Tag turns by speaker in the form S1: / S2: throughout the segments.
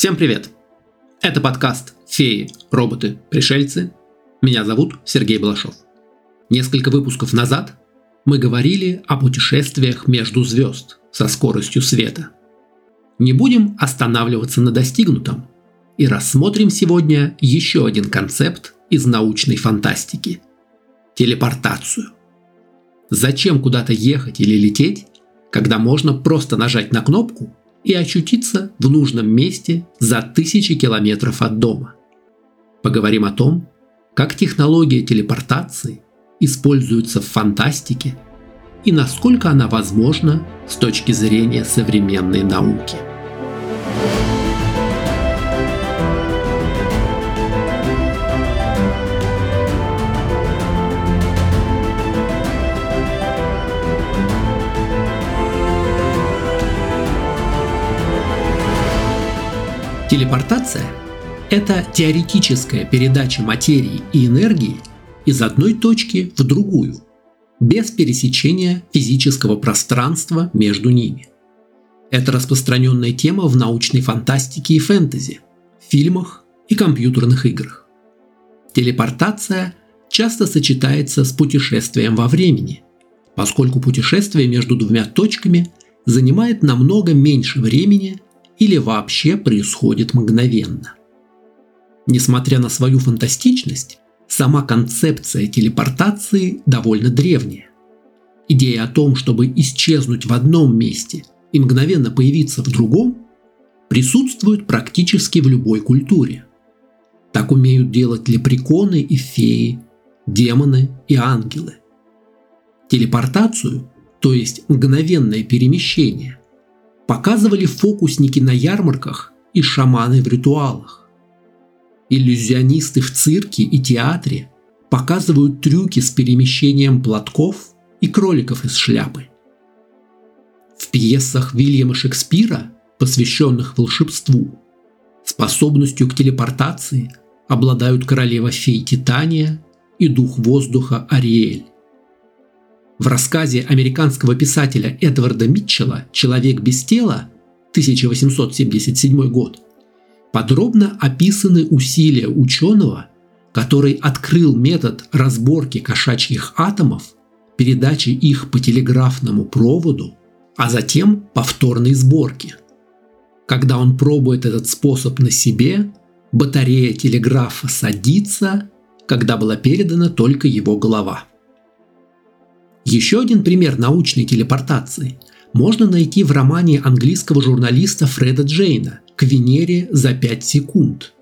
S1: Всем привет! Это подкаст «Феи, роботы, пришельцы». Меня зовут Сергей Балашов. Несколько выпусков назад мы говорили о путешествиях между звезд со скоростью света. Не будем останавливаться на достигнутом и рассмотрим сегодня еще один концепт из научной фантастики – телепортацию. Зачем куда-то ехать или лететь, когда можно просто нажать на кнопку и очутиться в нужном месте за тысячи километров от дома? Поговорим о том, как технология телепортации используется в фантастике и насколько она возможна с точки зрения современной науки. Телепортация – это теоретическая передача материи и энергии из одной точки в другую, без пересечения физического пространства между ними. Это распространенная тема в научной фантастике и фэнтези, фильмах и компьютерных играх. Телепортация часто сочетается с путешествием во времени, поскольку путешествие между двумя точками занимает намного меньше времени или вообще происходит мгновенно. Несмотря на свою фантастичность, сама концепция телепортации довольно древняя. Идея о том, чтобы исчезнуть в одном месте и мгновенно появиться в другом, присутствует практически в любой культуре. Так умеют делать лепреконы и феи, демоны и ангелы. Телепортацию, то есть мгновенное перемещение, показывали фокусники на ярмарках и шаманы в ритуалах. Иллюзионисты в цирке и театре показывают трюки с перемещением платков и кроликов из шляпы. В пьесах Вильяма Шекспира, посвященных волшебству, способностью к телепортации обладают королева-фей Титания и дух воздуха Ариэль. В рассказе американского писателя Эдварда Митчелла «Человек без тела» 1877 год подробно описаны усилия ученого, который открыл метод разборки кошачьих атомов, передачи их по телеграфному проводу, а затем повторной сборки. Когда он пробует этот способ на себе, батарея телеграфа садится, когда была передана только его голова. Еще один пример научной телепортации можно найти в романе английского журналиста Фреда Джейна «К Венере за 5 секунд»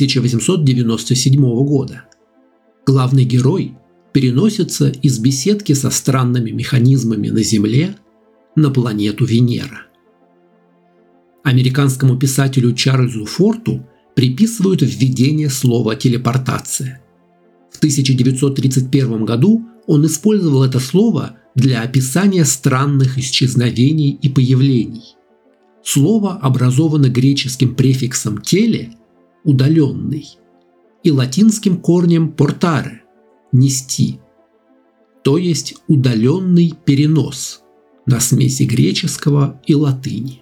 S1: 1897 года. Главный герой переносится из беседки со странными механизмами на Земле на планету Венера. Американскому писателю Чарльзу Форту приписывают введение слова «телепортация». В 1931 году он использовал это слово для описания странных исчезновений и появлений. Слово образовано греческим префиксом «теле» – «удаленный» и латинским корнем «portare» – «нести», то есть удаленный перенос на смеси греческого и латыни.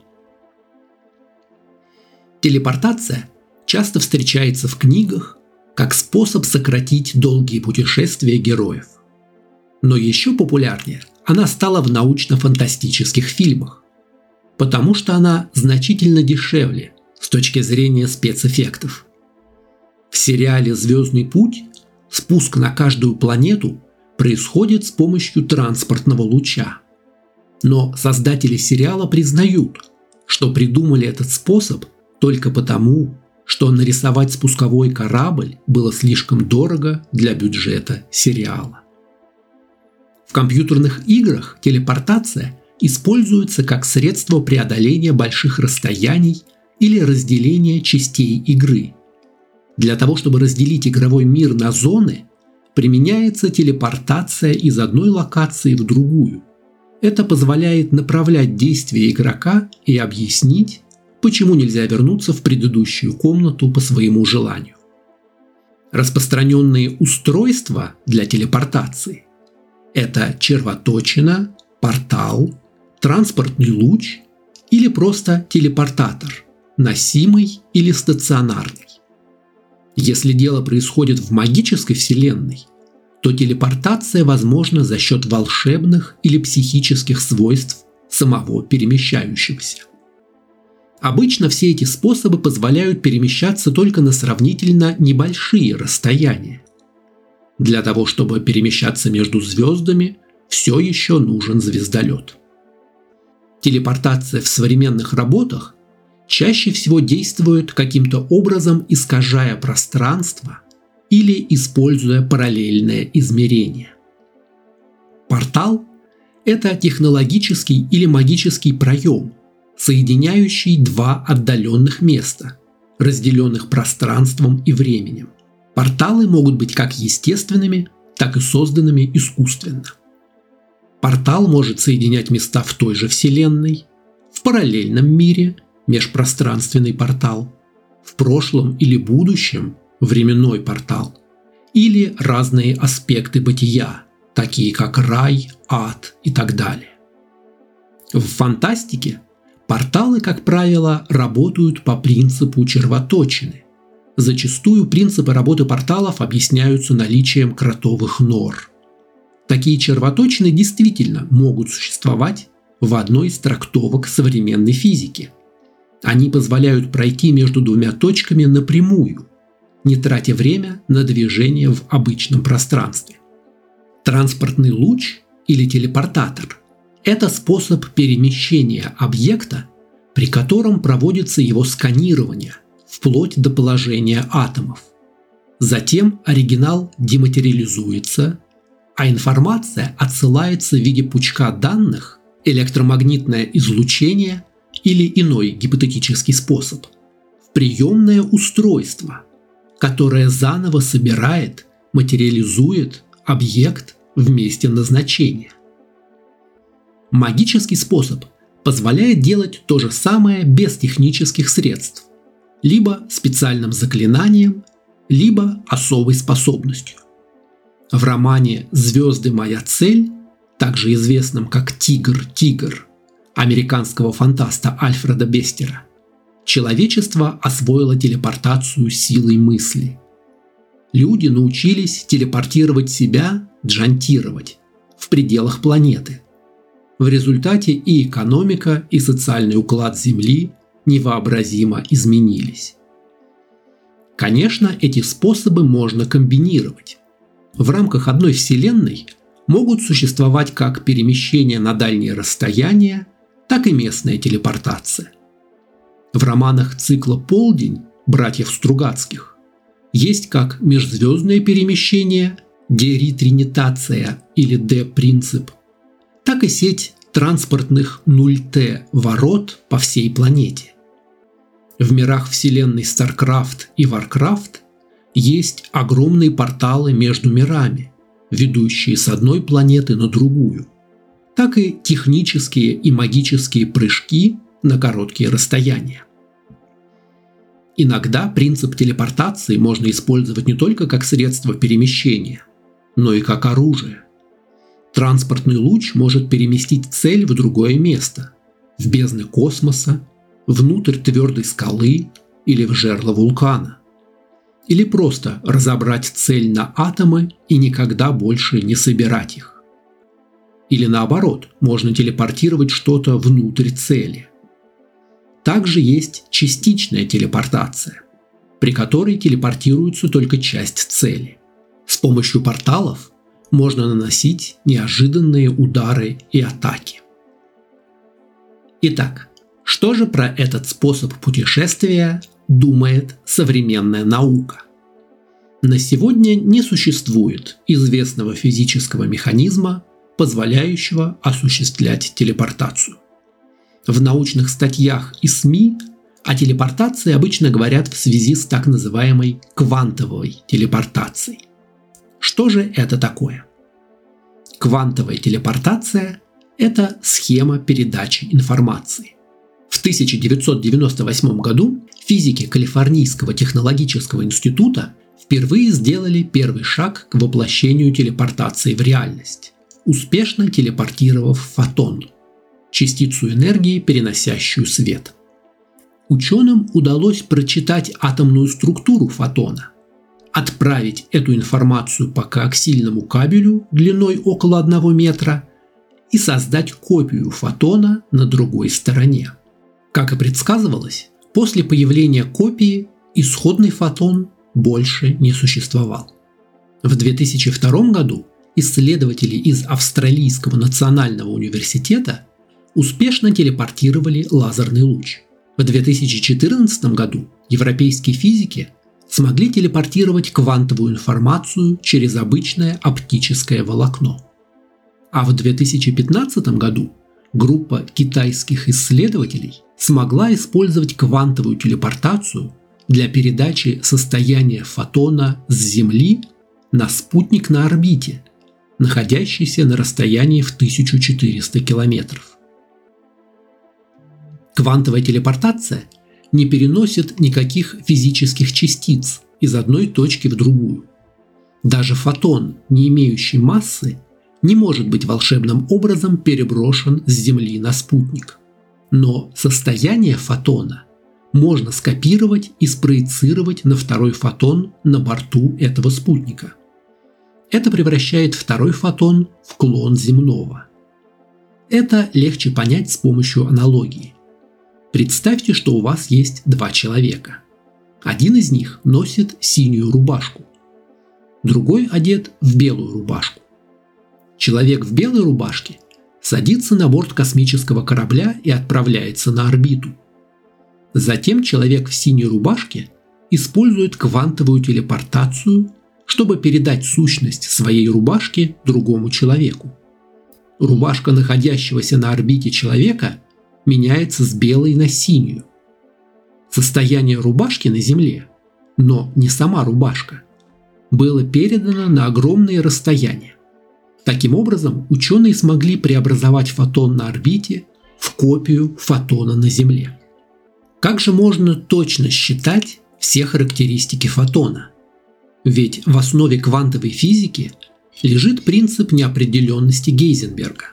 S1: Телепортация часто встречается в книгах как способ сократить долгие путешествия героев. Но еще популярнее она стала в научно-фантастических фильмах, потому что она значительно дешевле с точки зрения спецэффектов. В сериале «Звездный путь» спуск на каждую планету происходит с помощью транспортного луча. Но создатели сериала признают, что придумали этот способ только потому, что нарисовать спусковой корабль было слишком дорого для бюджета сериала. В компьютерных играх телепортация используется как средство преодоления больших расстояний или разделения частей игры. Для того, чтобы разделить игровой мир на зоны, применяется телепортация из одной локации в другую. Это позволяет направлять действия игрока и объяснить, почему нельзя вернуться в предыдущую комнату по своему желанию. Распространенные устройства для телепортации – это червоточина, портал, транспортный луч или просто телепортатор, носимый или стационарный. Если дело происходит в магической вселенной, то телепортация возможна за счет волшебных или психических свойств самого перемещающегося. Обычно все эти способы позволяют перемещаться только на сравнительно небольшие расстояния. Для того, чтобы перемещаться между звездами, все еще нужен звездолет. Телепортация в современных работах чаще всего действует каким-то образом, искажая пространство или используя параллельное измерение. Портал – это технологический или магический проем, соединяющий два отдаленных места, разделенных пространством и временем. Порталы могут быть как естественными, так и созданными искусственно. Портал может соединять места в той же Вселенной, в параллельном мире – межпространственный портал, в прошлом или будущем – временной портал, или разные аспекты бытия, такие как рай, ад и так далее. В фантастике порталы, как правило, работают по принципу червоточины. Зачастую принципы работы порталов объясняются наличием кротовых нор. Такие червоточины действительно могут существовать в одной из трактовок современной физики. Они позволяют пройти между двумя точками напрямую, не тратя время на движение в обычном пространстве. Транспортный луч или телепортатор – это способ перемещения объекта, при котором проводится его сканирование, вплоть до положения атомов. Затем оригинал дематериализуется, а информация отсылается в виде пучка данных, электромагнитное излучение или иной гипотетический способ в приемное устройство, которое заново собирает, материализует объект в месте назначения. Магический способ позволяет делать то же самое без технических средств, либо специальным заклинанием, либо особой способностью. В романе «Звезды. Моя цель», также известном как «Тигр» американского фантаста Альфреда Бестера, человечество освоило телепортацию силой мысли. Люди научились телепортировать себя, джантировать, в пределах планеты. В результате и экономика, и социальный уклад Земли невообразимо изменились. Конечно, эти способы можно комбинировать. В рамках одной вселенной могут существовать как перемещение на дальние расстояния, так и местная телепортация. В романах цикла «Полдень» братьев Стругацких есть как межзвездное перемещение, деритринитация или D-принцип, так и сеть транспортных 0T ворот по всей планете. В мирах вселенной StarCraft и Warcraft есть огромные порталы между мирами, ведущие с одной планеты на другую, так и технические и магические прыжки на короткие расстояния. Иногда принцип телепортации можно использовать не только как средство перемещения, но и как оружие. Транспортный луч может переместить цель в другое место, в бездны космоса, внутрь твердой скалы или в жерло вулкана. Или просто разобрать цель на атомы и никогда больше не собирать их. Или наоборот, можно телепортировать что-то внутрь цели. Также есть частичная телепортация, при которой телепортируется только часть цели. С помощью порталов можно наносить неожиданные удары и атаки. Итак, что же про этот способ путешествия думает современная наука? На сегодня не существует известного физического механизма, позволяющего осуществлять телепортацию. В научных статьях и СМИ о телепортации обычно говорят в связи с так называемой квантовой телепортацией. Что же это такое? Квантовая телепортация – это схема передачи информации. В 1998 году физики Калифорнийского технологического института впервые сделали первый шаг к воплощению телепортации в реальность, успешно телепортировав фотон – частицу энергии, переносящую свет. Ученым удалось прочитать атомную структуру фотона, отправить эту информацию по коаксиальному кабелю длиной около 1 метра и создать копию фотона на другой стороне. Как и предсказывалось, после появления копии исходный фотон больше не существовал. В 2002 году исследователи из Австралийского национального университета успешно телепортировали лазерный луч. В 2014 году европейские физики смогли телепортировать квантовую информацию через обычное оптическое волокно. А в 2015 году группа китайских исследователей смогла использовать квантовую телепортацию для передачи состояния фотона с Земли на спутник на орбите, находящийся на расстоянии в 1400 километров. Квантовая телепортация не переносит никаких физических частиц из одной точки в другую. Даже фотон, не имеющий массы, не может быть волшебным образом переброшен с Земли на спутник. Но состояние фотона можно скопировать и спроецировать на второй фотон на борту этого спутника. Это превращает второй фотон в клон земного. Это легче понять с помощью аналогии. Представьте, что у вас есть 2 человека. Один из них носит синюю рубашку, другой одет в белую рубашку. Человек в белой рубашке садится на борт космического корабля и отправляется на орбиту. Затем человек в синей рубашке использует квантовую телепортацию, чтобы передать сущность своей рубашки другому человеку. Рубашка находящегося на орбите человека меняется с белой на синюю. Состояние рубашки на Земле, но не сама рубашка, было передано на огромные расстояния. Таким образом, ученые смогли преобразовать фотон на орбите в копию фотона на Земле. Как же можно точно считать все характеристики фотона? Ведь в основе квантовой физики лежит принцип неопределенности Гейзенберга.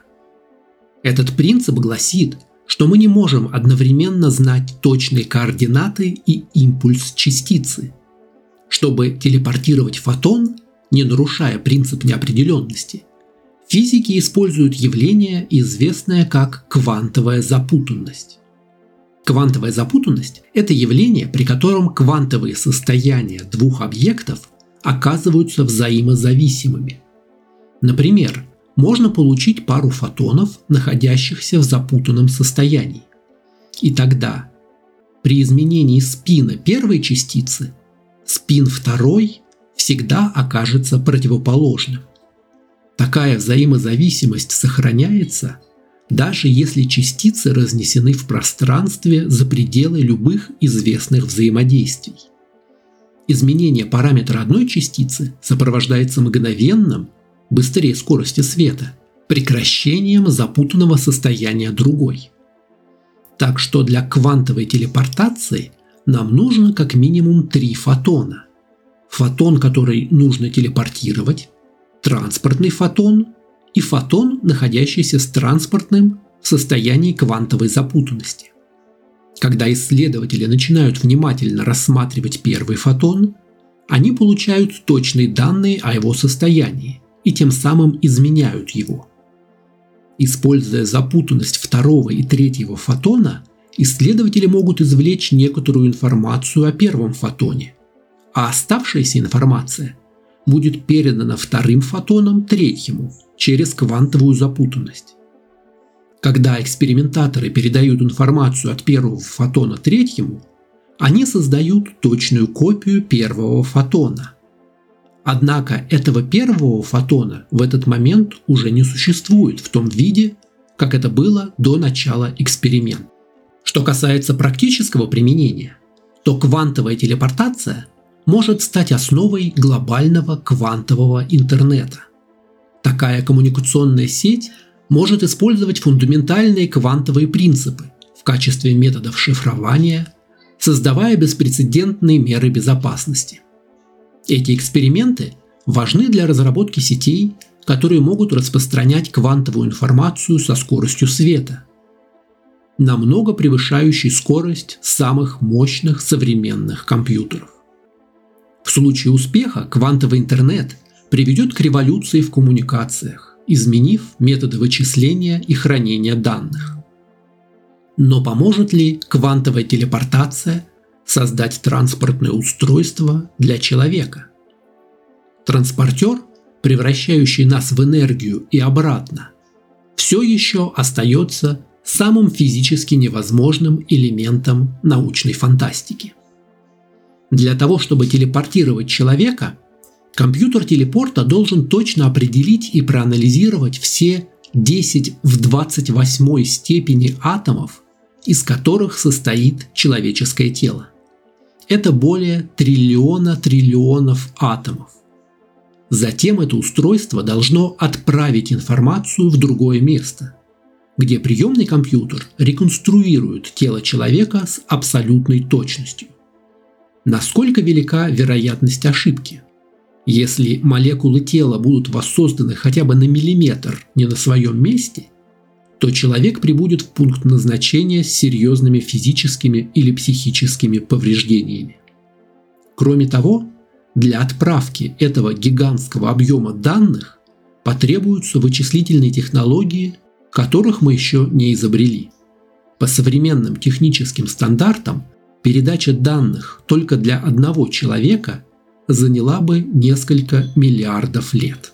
S1: Этот принцип гласит, что мы не можем одновременно знать точные координаты и импульс частицы. Чтобы телепортировать фотон, не нарушая принцип неопределенности, физики используют явление, известное как квантовая запутанность. Квантовая запутанность – это явление, при котором квантовые состояния двух объектов оказываются взаимозависимыми. Например, можно получить пару фотонов, находящихся в запутанном состоянии. И тогда при изменении спина первой частицы спин второй всегда окажется противоположным. Такая взаимозависимость сохраняется, даже если частицы разнесены в пространстве за пределы любых известных взаимодействий. Изменение параметра одной частицы сопровождается мгновенным, быстрее скорости света, прекращением запутанного состояния другой. Так что для квантовой телепортации нам нужно как минимум 3 фотона. Фотон, который нужно телепортировать, транспортный фотон и фотон, находящийся с транспортным в состоянии квантовой запутанности. Когда исследователи начинают внимательно рассматривать первый фотон, они получают точные данные о его состоянии и тем самым изменяют его. Используя запутанность второго и третьего фотона, исследователи могут извлечь некоторую информацию о первом фотоне, а оставшаяся информация будет передана вторым фотоном третьему через квантовую запутанность. Когда экспериментаторы передают информацию от первого фотона третьему, они создают точную копию первого фотона. Однако этого первого фотона в этот момент уже не существует в том виде, как это было до начала эксперимента. Что касается практического применения, то квантовая телепортация может стать основой глобального квантового интернета. Такая коммуникационная сеть может использовать фундаментальные квантовые принципы в качестве методов шифрования, создавая беспрецедентные меры безопасности. Эти эксперименты важны для разработки сетей, которые могут распространять квантовую информацию со скоростью света. намного превышающий скорость самых мощных современных компьютеров. В случае успеха квантовый интернет приведет к революции в коммуникациях, изменив методы вычисления и хранения данных. Но поможет ли квантовая телепортация создать транспортное устройство для человека? Транспортер, превращающий нас в энергию и обратно, все еще остается самым физически невозможным элементом научной фантастики. Для того, чтобы телепортировать человека, компьютер телепорта должен точно определить и проанализировать все 10 в 28 степени атомов, из которых состоит человеческое тело. Это более триллионов атомов. Затем это устройство должно отправить информацию в другое место, где приемный компьютер реконструирует тело человека с абсолютной точностью. Насколько велика вероятность ошибки? Если молекулы тела будут воссозданы хотя бы на миллиметр не на своем месте, то человек прибудет в пункт назначения с серьезными физическими или психическими повреждениями. Кроме того, для отправки этого гигантского объема данных потребуются вычислительные технологии, которых мы еще не изобрели. По современным техническим стандартам передача данных только для одного человека заняла бы несколько миллиардов лет.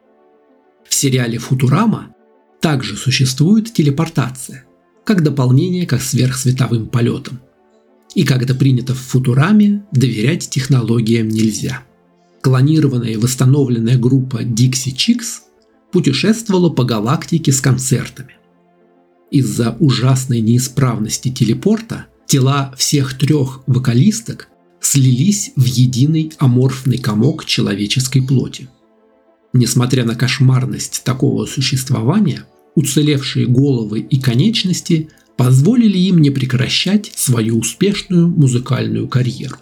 S1: В сериале «Футурама» также существует телепортация, как дополнение к сверхсветовым полетам. И как это принято в «Футураме», доверять технологиям нельзя. Клонированная и восстановленная группа Dixie Chicks путешествовала по галактике с концертами. Из-за ужасной неисправности телепорта тела всех 3 вокалисток слились в единый аморфный комок человеческой плоти. Несмотря на кошмарность такого существования, уцелевшие головы и конечности позволили им не прекращать свою успешную музыкальную карьеру.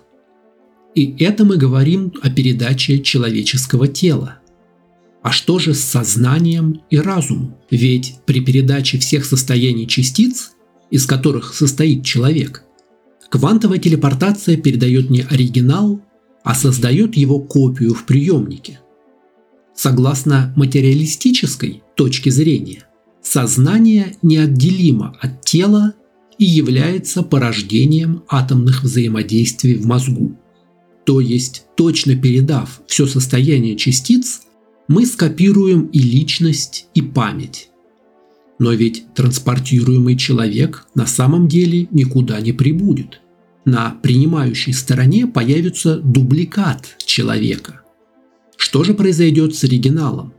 S1: И это мы говорим о передаче человеческого тела. А что же с сознанием и разумом? Ведь при передаче всех состояний частиц, из которых состоит человек, квантовая телепортация передает не оригинал, а создает его копию в приемнике. Согласно материалистической точке зрения, сознание неотделимо от тела и является порождением атомных взаимодействий в мозгу. То есть, точно передав все состояние частиц, мы скопируем и личность, и память. Но ведь транспортируемый человек на самом деле никуда не прибудет. На принимающей стороне появится дубликат человека. Что же произойдет с оригиналом?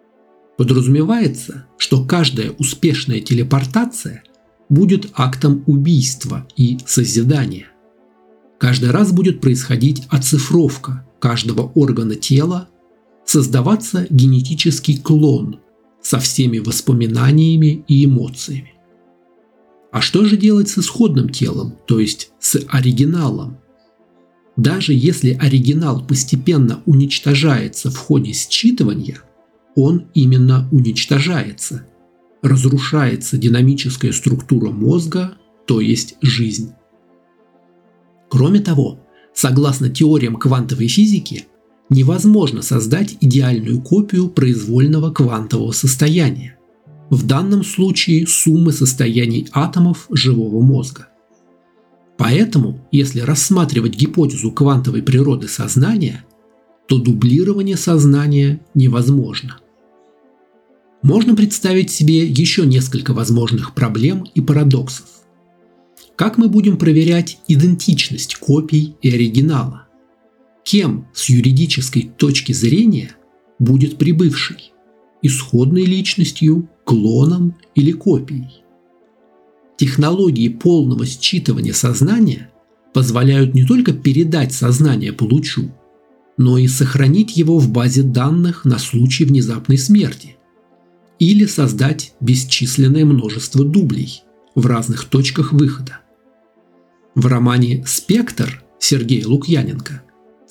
S1: Подразумевается, что каждая успешная телепортация будет актом убийства и созидания. Каждый раз будет происходить оцифровка каждого органа тела, создаваться генетический клон со всеми воспоминаниями и эмоциями. А что же делать с исходным телом, то есть с оригиналом? Даже если оригинал постепенно уничтожается в ходе считывания, он именно уничтожается. Разрушается динамическая структура мозга, то есть жизнь. Кроме того, согласно теориям квантовой физики, невозможно создать идеальную копию произвольного квантового состояния. В данном случае суммы состояний атомов живого мозга. Поэтому, если рассматривать гипотезу квантовой природы сознания, то дублирование сознания невозможно. Можно представить себе еще несколько возможных проблем и парадоксов. Как мы будем проверять идентичность копий и оригинала? Кем с юридической точки зрения будет прибывший? Исходной личностью, клоном или копией? Технологии полного считывания сознания позволяют не только передать сознание получу, но и сохранить его в базе данных на случай внезапной смерти или создать бесчисленное множество дублей в разных точках выхода. В романе «Спектр» Сергея Лукьяненко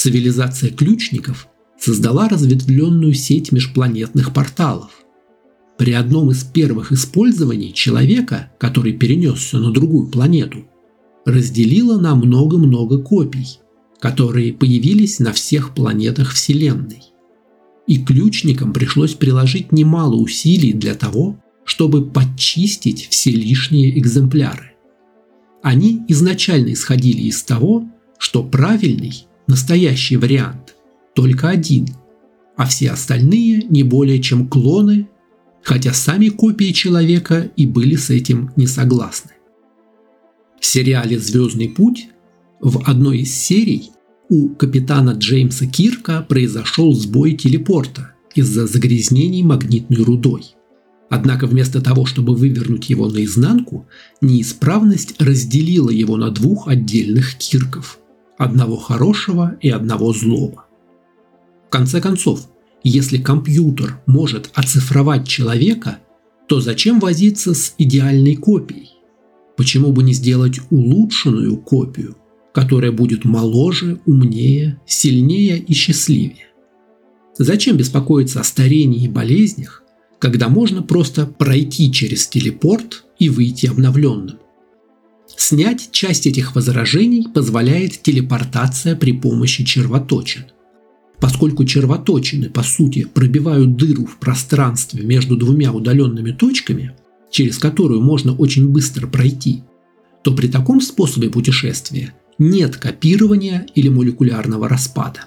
S1: цивилизация ключников создала разветвленную сеть межпланетных порталов. При одном из первых использований человека, который перенесся на другую планету, разделило на много-много копий, которые появились на всех планетах Вселенной. И ключникам пришлось приложить немало усилий для того, чтобы подчистить все лишние экземпляры. Они изначально исходили из того, что правильный, настоящий вариант только один, а все остальные не более чем клоны, хотя сами копии человека и были с этим не согласны. В сериале «Звездный путь» в одной из серий у капитана Джеймса Кирка произошел сбой телепорта из-за загрязнений магнитной рудой. Однако вместо того, чтобы вывернуть его наизнанку, неисправность разделила его на двух отдельных Кирков – одного хорошего и одного злого. В конце концов, если компьютер может оцифровать человека, то зачем возиться с идеальной копией? Почему бы не сделать улучшенную копию, которая будет моложе, умнее, сильнее и счастливее? Зачем беспокоиться о старении и болезнях, когда можно просто пройти через телепорт и выйти обновленным? Снять часть этих возражений позволяет телепортация при помощи червоточин. Поскольку червоточины, по сути, пробивают дыру в пространстве между двумя удаленными точками, через которую можно очень быстро пройти, то при таком способе путешествия нет копирования или молекулярного распада.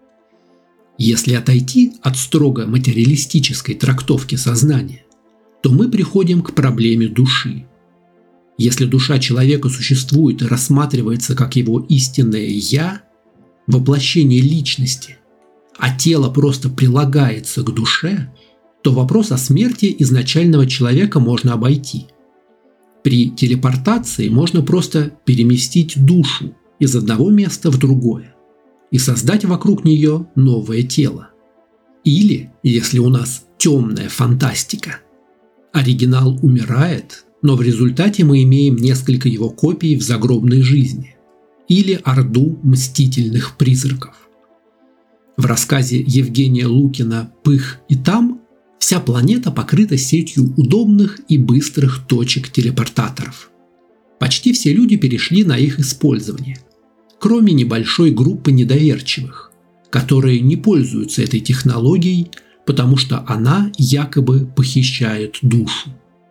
S1: Если отойти от строго материалистической трактовки сознания, то мы приходим к проблеме души. Если душа человека существует и рассматривается как его истинное «я», воплощение личности, а тело просто прилагается к душе, то вопрос о смерти изначального человека можно обойти. При телепортации можно просто переместить душу из одного места в другое и создать вокруг нее новое тело. Или, если у нас темная фантастика, оригинал умирает, но в результате мы имеем несколько его копий в загробной жизни, или орду мстительных призраков. В рассказе Евгения Лукина «Пых и там» вся планета покрыта сетью удобных и быстрых точек-телепортаторов. Почти все люди перешли на их использование, кроме небольшой группы недоверчивых, которые не пользуются этой технологией, потому что она якобы похищает душу.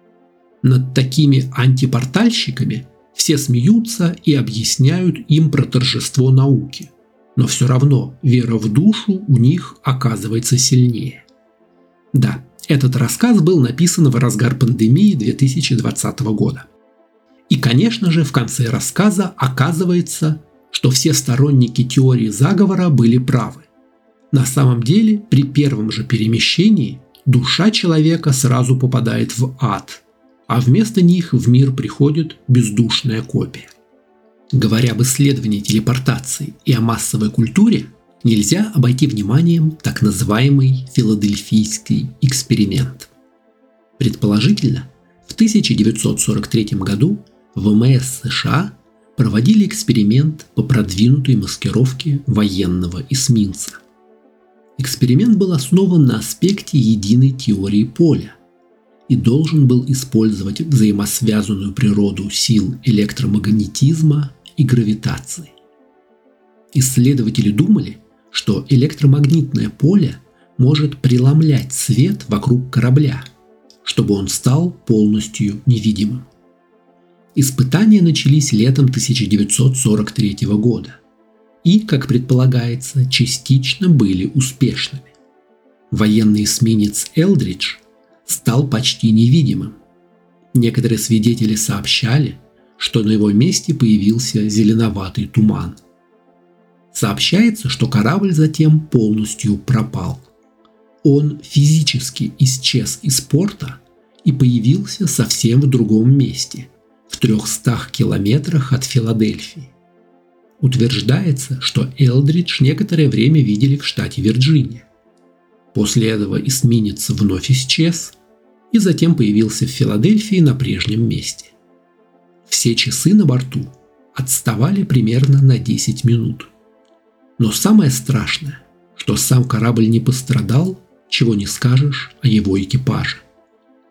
S1: Над такими антипортальщиками все смеются и объясняют им про торжество науки, но все равно вера в душу у них оказывается сильнее. Да, этот рассказ был написан в разгар пандемии 2020 года. И, конечно же, в конце рассказа оказывается, что все сторонники теории заговора были правы. На самом деле, при первом же перемещении душа человека сразу попадает в ад, а вместо них в мир приходит бездушная копия. Говоря об исследовании телепортации и о массовой культуре, нельзя обойти вниманием так называемый филадельфийский эксперимент. Предположительно, в 1943 году в ВМС США проводили эксперимент по продвинутой маскировке военного эсминца. Эксперимент был основан на аспекте единой теории поля и должен был использовать взаимосвязанную природу сил электромагнетизма и гравитации. Исследователи думали, что электромагнитное поле может преломлять свет вокруг корабля, чтобы он стал полностью невидимым. Испытания начались летом 1943 года и, как предполагается, частично были успешными. Военный эсминец «Элдридж» стал почти невидимым. Некоторые свидетели сообщали, что на его месте появился зеленоватый туман. Сообщается, что корабль затем полностью пропал. Он физически исчез из порта и появился совсем в другом месте, в 300 километрах от Филадельфии. Утверждается, что Элдридж некоторое время видели в штате Вирджиния. После этого эсминец вновь исчез и затем появился в Филадельфии на прежнем месте. Все часы на борту отставали примерно на 10 минут. Но самое страшное, что сам корабль не пострадал, чего не скажешь о его экипаже.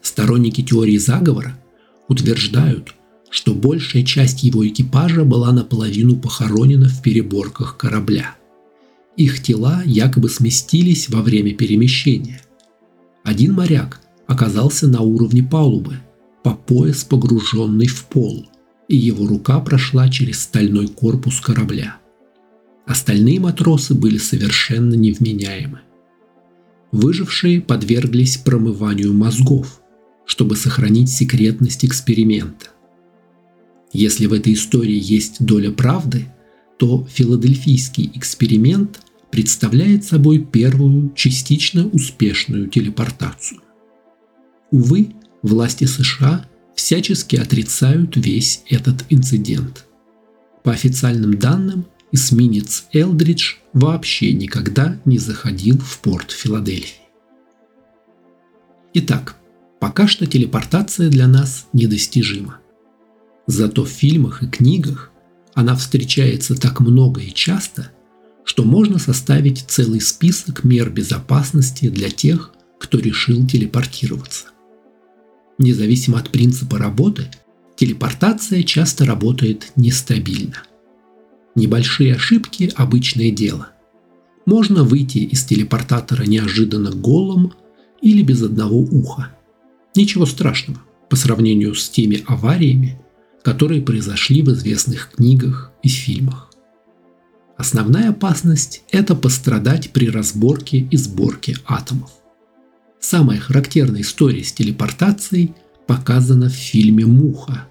S1: Сторонники теории заговора утверждают, что большая часть его экипажа была наполовину похоронена в переборках корабля. Их тела якобы сместились во время перемещения. Один моряк оказался на уровне палубы, по пояс погруженный в пол, и его рука прошла через стальной корпус корабля. Остальные матросы были совершенно невменяемы. Выжившие подверглись промыванию мозгов, чтобы сохранить секретность эксперимента. Если в этой истории есть доля правды, то филадельфийский эксперимент представляет собой первую частично успешную телепортацию. Увы, власти США всячески отрицают весь этот инцидент. По официальным данным, эсминец «Элдридж» вообще никогда не заходил в порт Филадельфии. Итак, пока что телепортация для нас недостижима. Зато в фильмах и книгах она встречается так много и часто, что можно составить целый список мер безопасности для тех, кто решил телепортироваться. Независимо от принципа работы, телепортация часто работает нестабильно. Небольшие ошибки – обычное дело. Можно выйти из телепортатора неожиданно голым или без одного уха. Ничего страшного по сравнению с теми авариями, которые произошли в известных книгах и фильмах. Основная опасность – это пострадать при разборке и сборке атомов. Самая характерная история с телепортацией показана в фильме «Муха»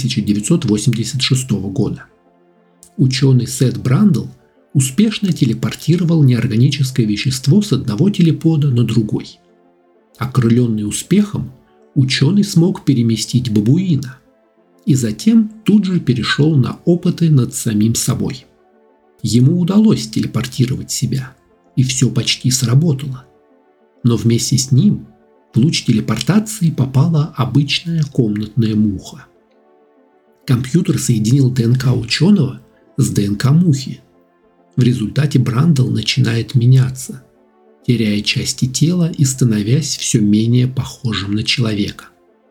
S1: 1986 года. Ученый Сет Брандл успешно телепортировал неорганическое вещество с одного телепода на другой. Окрыленный успехом, ученый смог переместить бабуина и затем тут же перешел на опыты над самим собой. Ему удалось телепортировать себя, и все почти сработало. Но вместе с ним в луч телепортации попала обычная комнатная муха. Компьютер соединил ДНК ученого с ДНК мухи. В результате Брандл начинает меняться, теряя части тела и становясь все менее похожим на человека.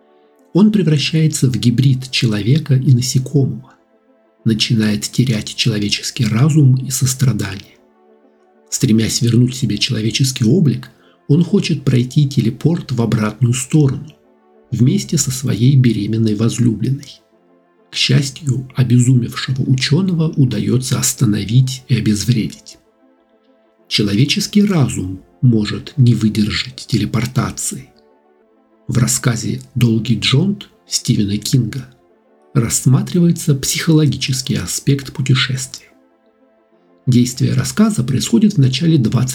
S1: Он превращается в гибрид человека и насекомого, начинает терять человеческий разум и сострадание. Стремясь вернуть себе человеческий облик, он хочет пройти телепорт в обратную сторону, вместе со своей беременной возлюбленной. К счастью, обезумевшего ученого удается остановить и обезвредить. Человеческий разум может не выдержать телепортации. В рассказе «Долгий Джонт» Стивена Кинга рассматривается психологический аспект путешествия. Действие рассказа происходит в начале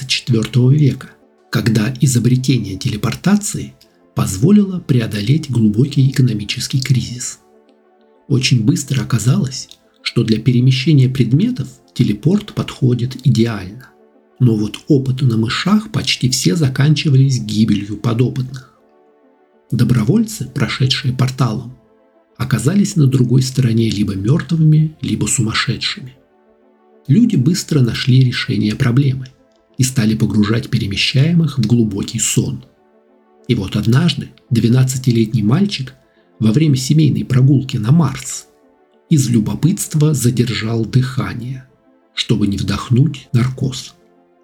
S1: 24 века, когда изобретение телепортации позволило преодолеть глубокий экономический кризис. Очень быстро оказалось, что для перемещения предметов телепорт подходит идеально. Но вот опыты на мышах почти все заканчивались гибелью подопытных. Добровольцы, прошедшие порталом, оказались на другой стороне либо мертвыми, либо сумасшедшими. Люди быстро нашли решение проблемы и стали погружать перемещаемых в глубокий сон. И вот однажды 12-летний мальчик во время семейной прогулки на Марс из любопытства задержал дыхание, чтобы не вдохнуть наркоз.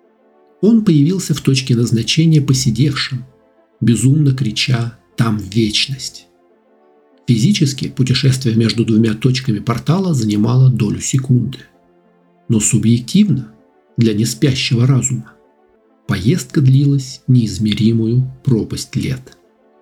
S1: Он появился в точке назначения посидевшим, безумно крича «Там вечность!». Физически путешествие между двумя точками портала занимало долю секунды. Но субъективно, для неспящего разума, поездка длилась неизмеримую пропасть лет.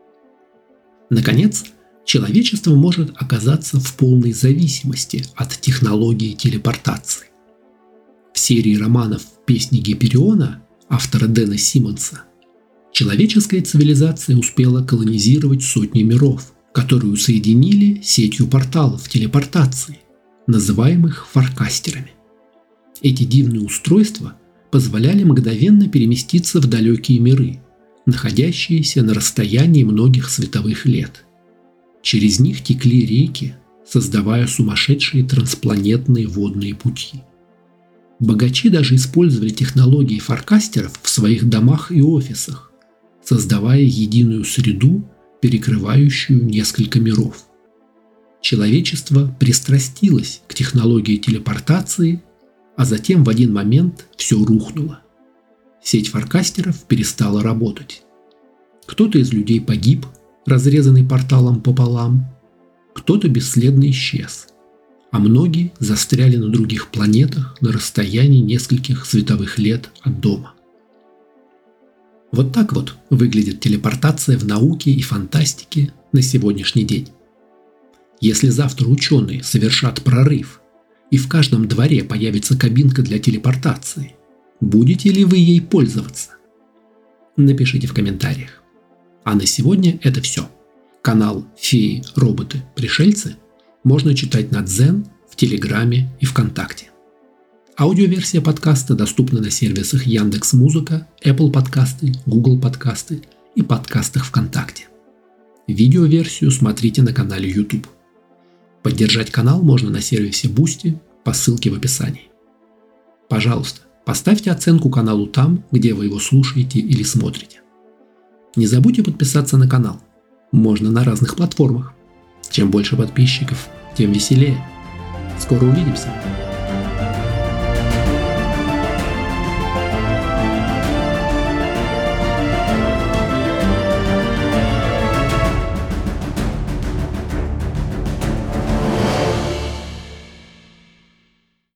S1: Наконец, человечество может оказаться в полной зависимости от технологии телепортации. В серии романов «Песни Гипериона» автора Дэна Симмонса человеческая цивилизация успела колонизировать сотни миров, которую соединили сетью порталов телепортации, называемых форкастерами. Эти дивные устройства позволяли мгновенно переместиться в далекие миры, находящиеся на расстоянии многих световых лет. Через них текли реки, создавая сумасшедшие транспланетные водные пути. Богачи даже использовали технологии форкастеров в своих домах и офисах, создавая единую среду, перекрывающую несколько миров. Человечество пристрастилось к технологии телепортации, а затем в один момент все рухнуло. Сеть форкастеров перестала работать. Кто-то из людей погиб, разрезанный порталом пополам, кто-то бесследно исчез, а многие застряли на других планетах на расстоянии нескольких световых лет от дома. Вот так вот выглядит телепортация в науке и фантастике на сегодняшний день. Если завтра ученые совершат прорыв, и в каждом дворе появится кабинка для телепортации, будете ли вы ей пользоваться? Напишите в комментариях. А на сегодня это все. Канал «Феи, роботы, пришельцы» можно читать на Дзен, в Телеграме и ВКонтакте. Аудиоверсия подкаста доступна на сервисах Яндекс.Музыка, Apple подкасты, Google подкасты и подкастах ВКонтакте. Видеоверсию смотрите на канале YouTube. Поддержать канал можно на сервисе Boosty по ссылке в описании. Пожалуйста, поставьте оценку каналу там, где вы его слушаете или смотрите. Не забудьте подписаться на канал. Можно на разных платформах. Чем больше подписчиков, тем веселее. Скоро увидимся.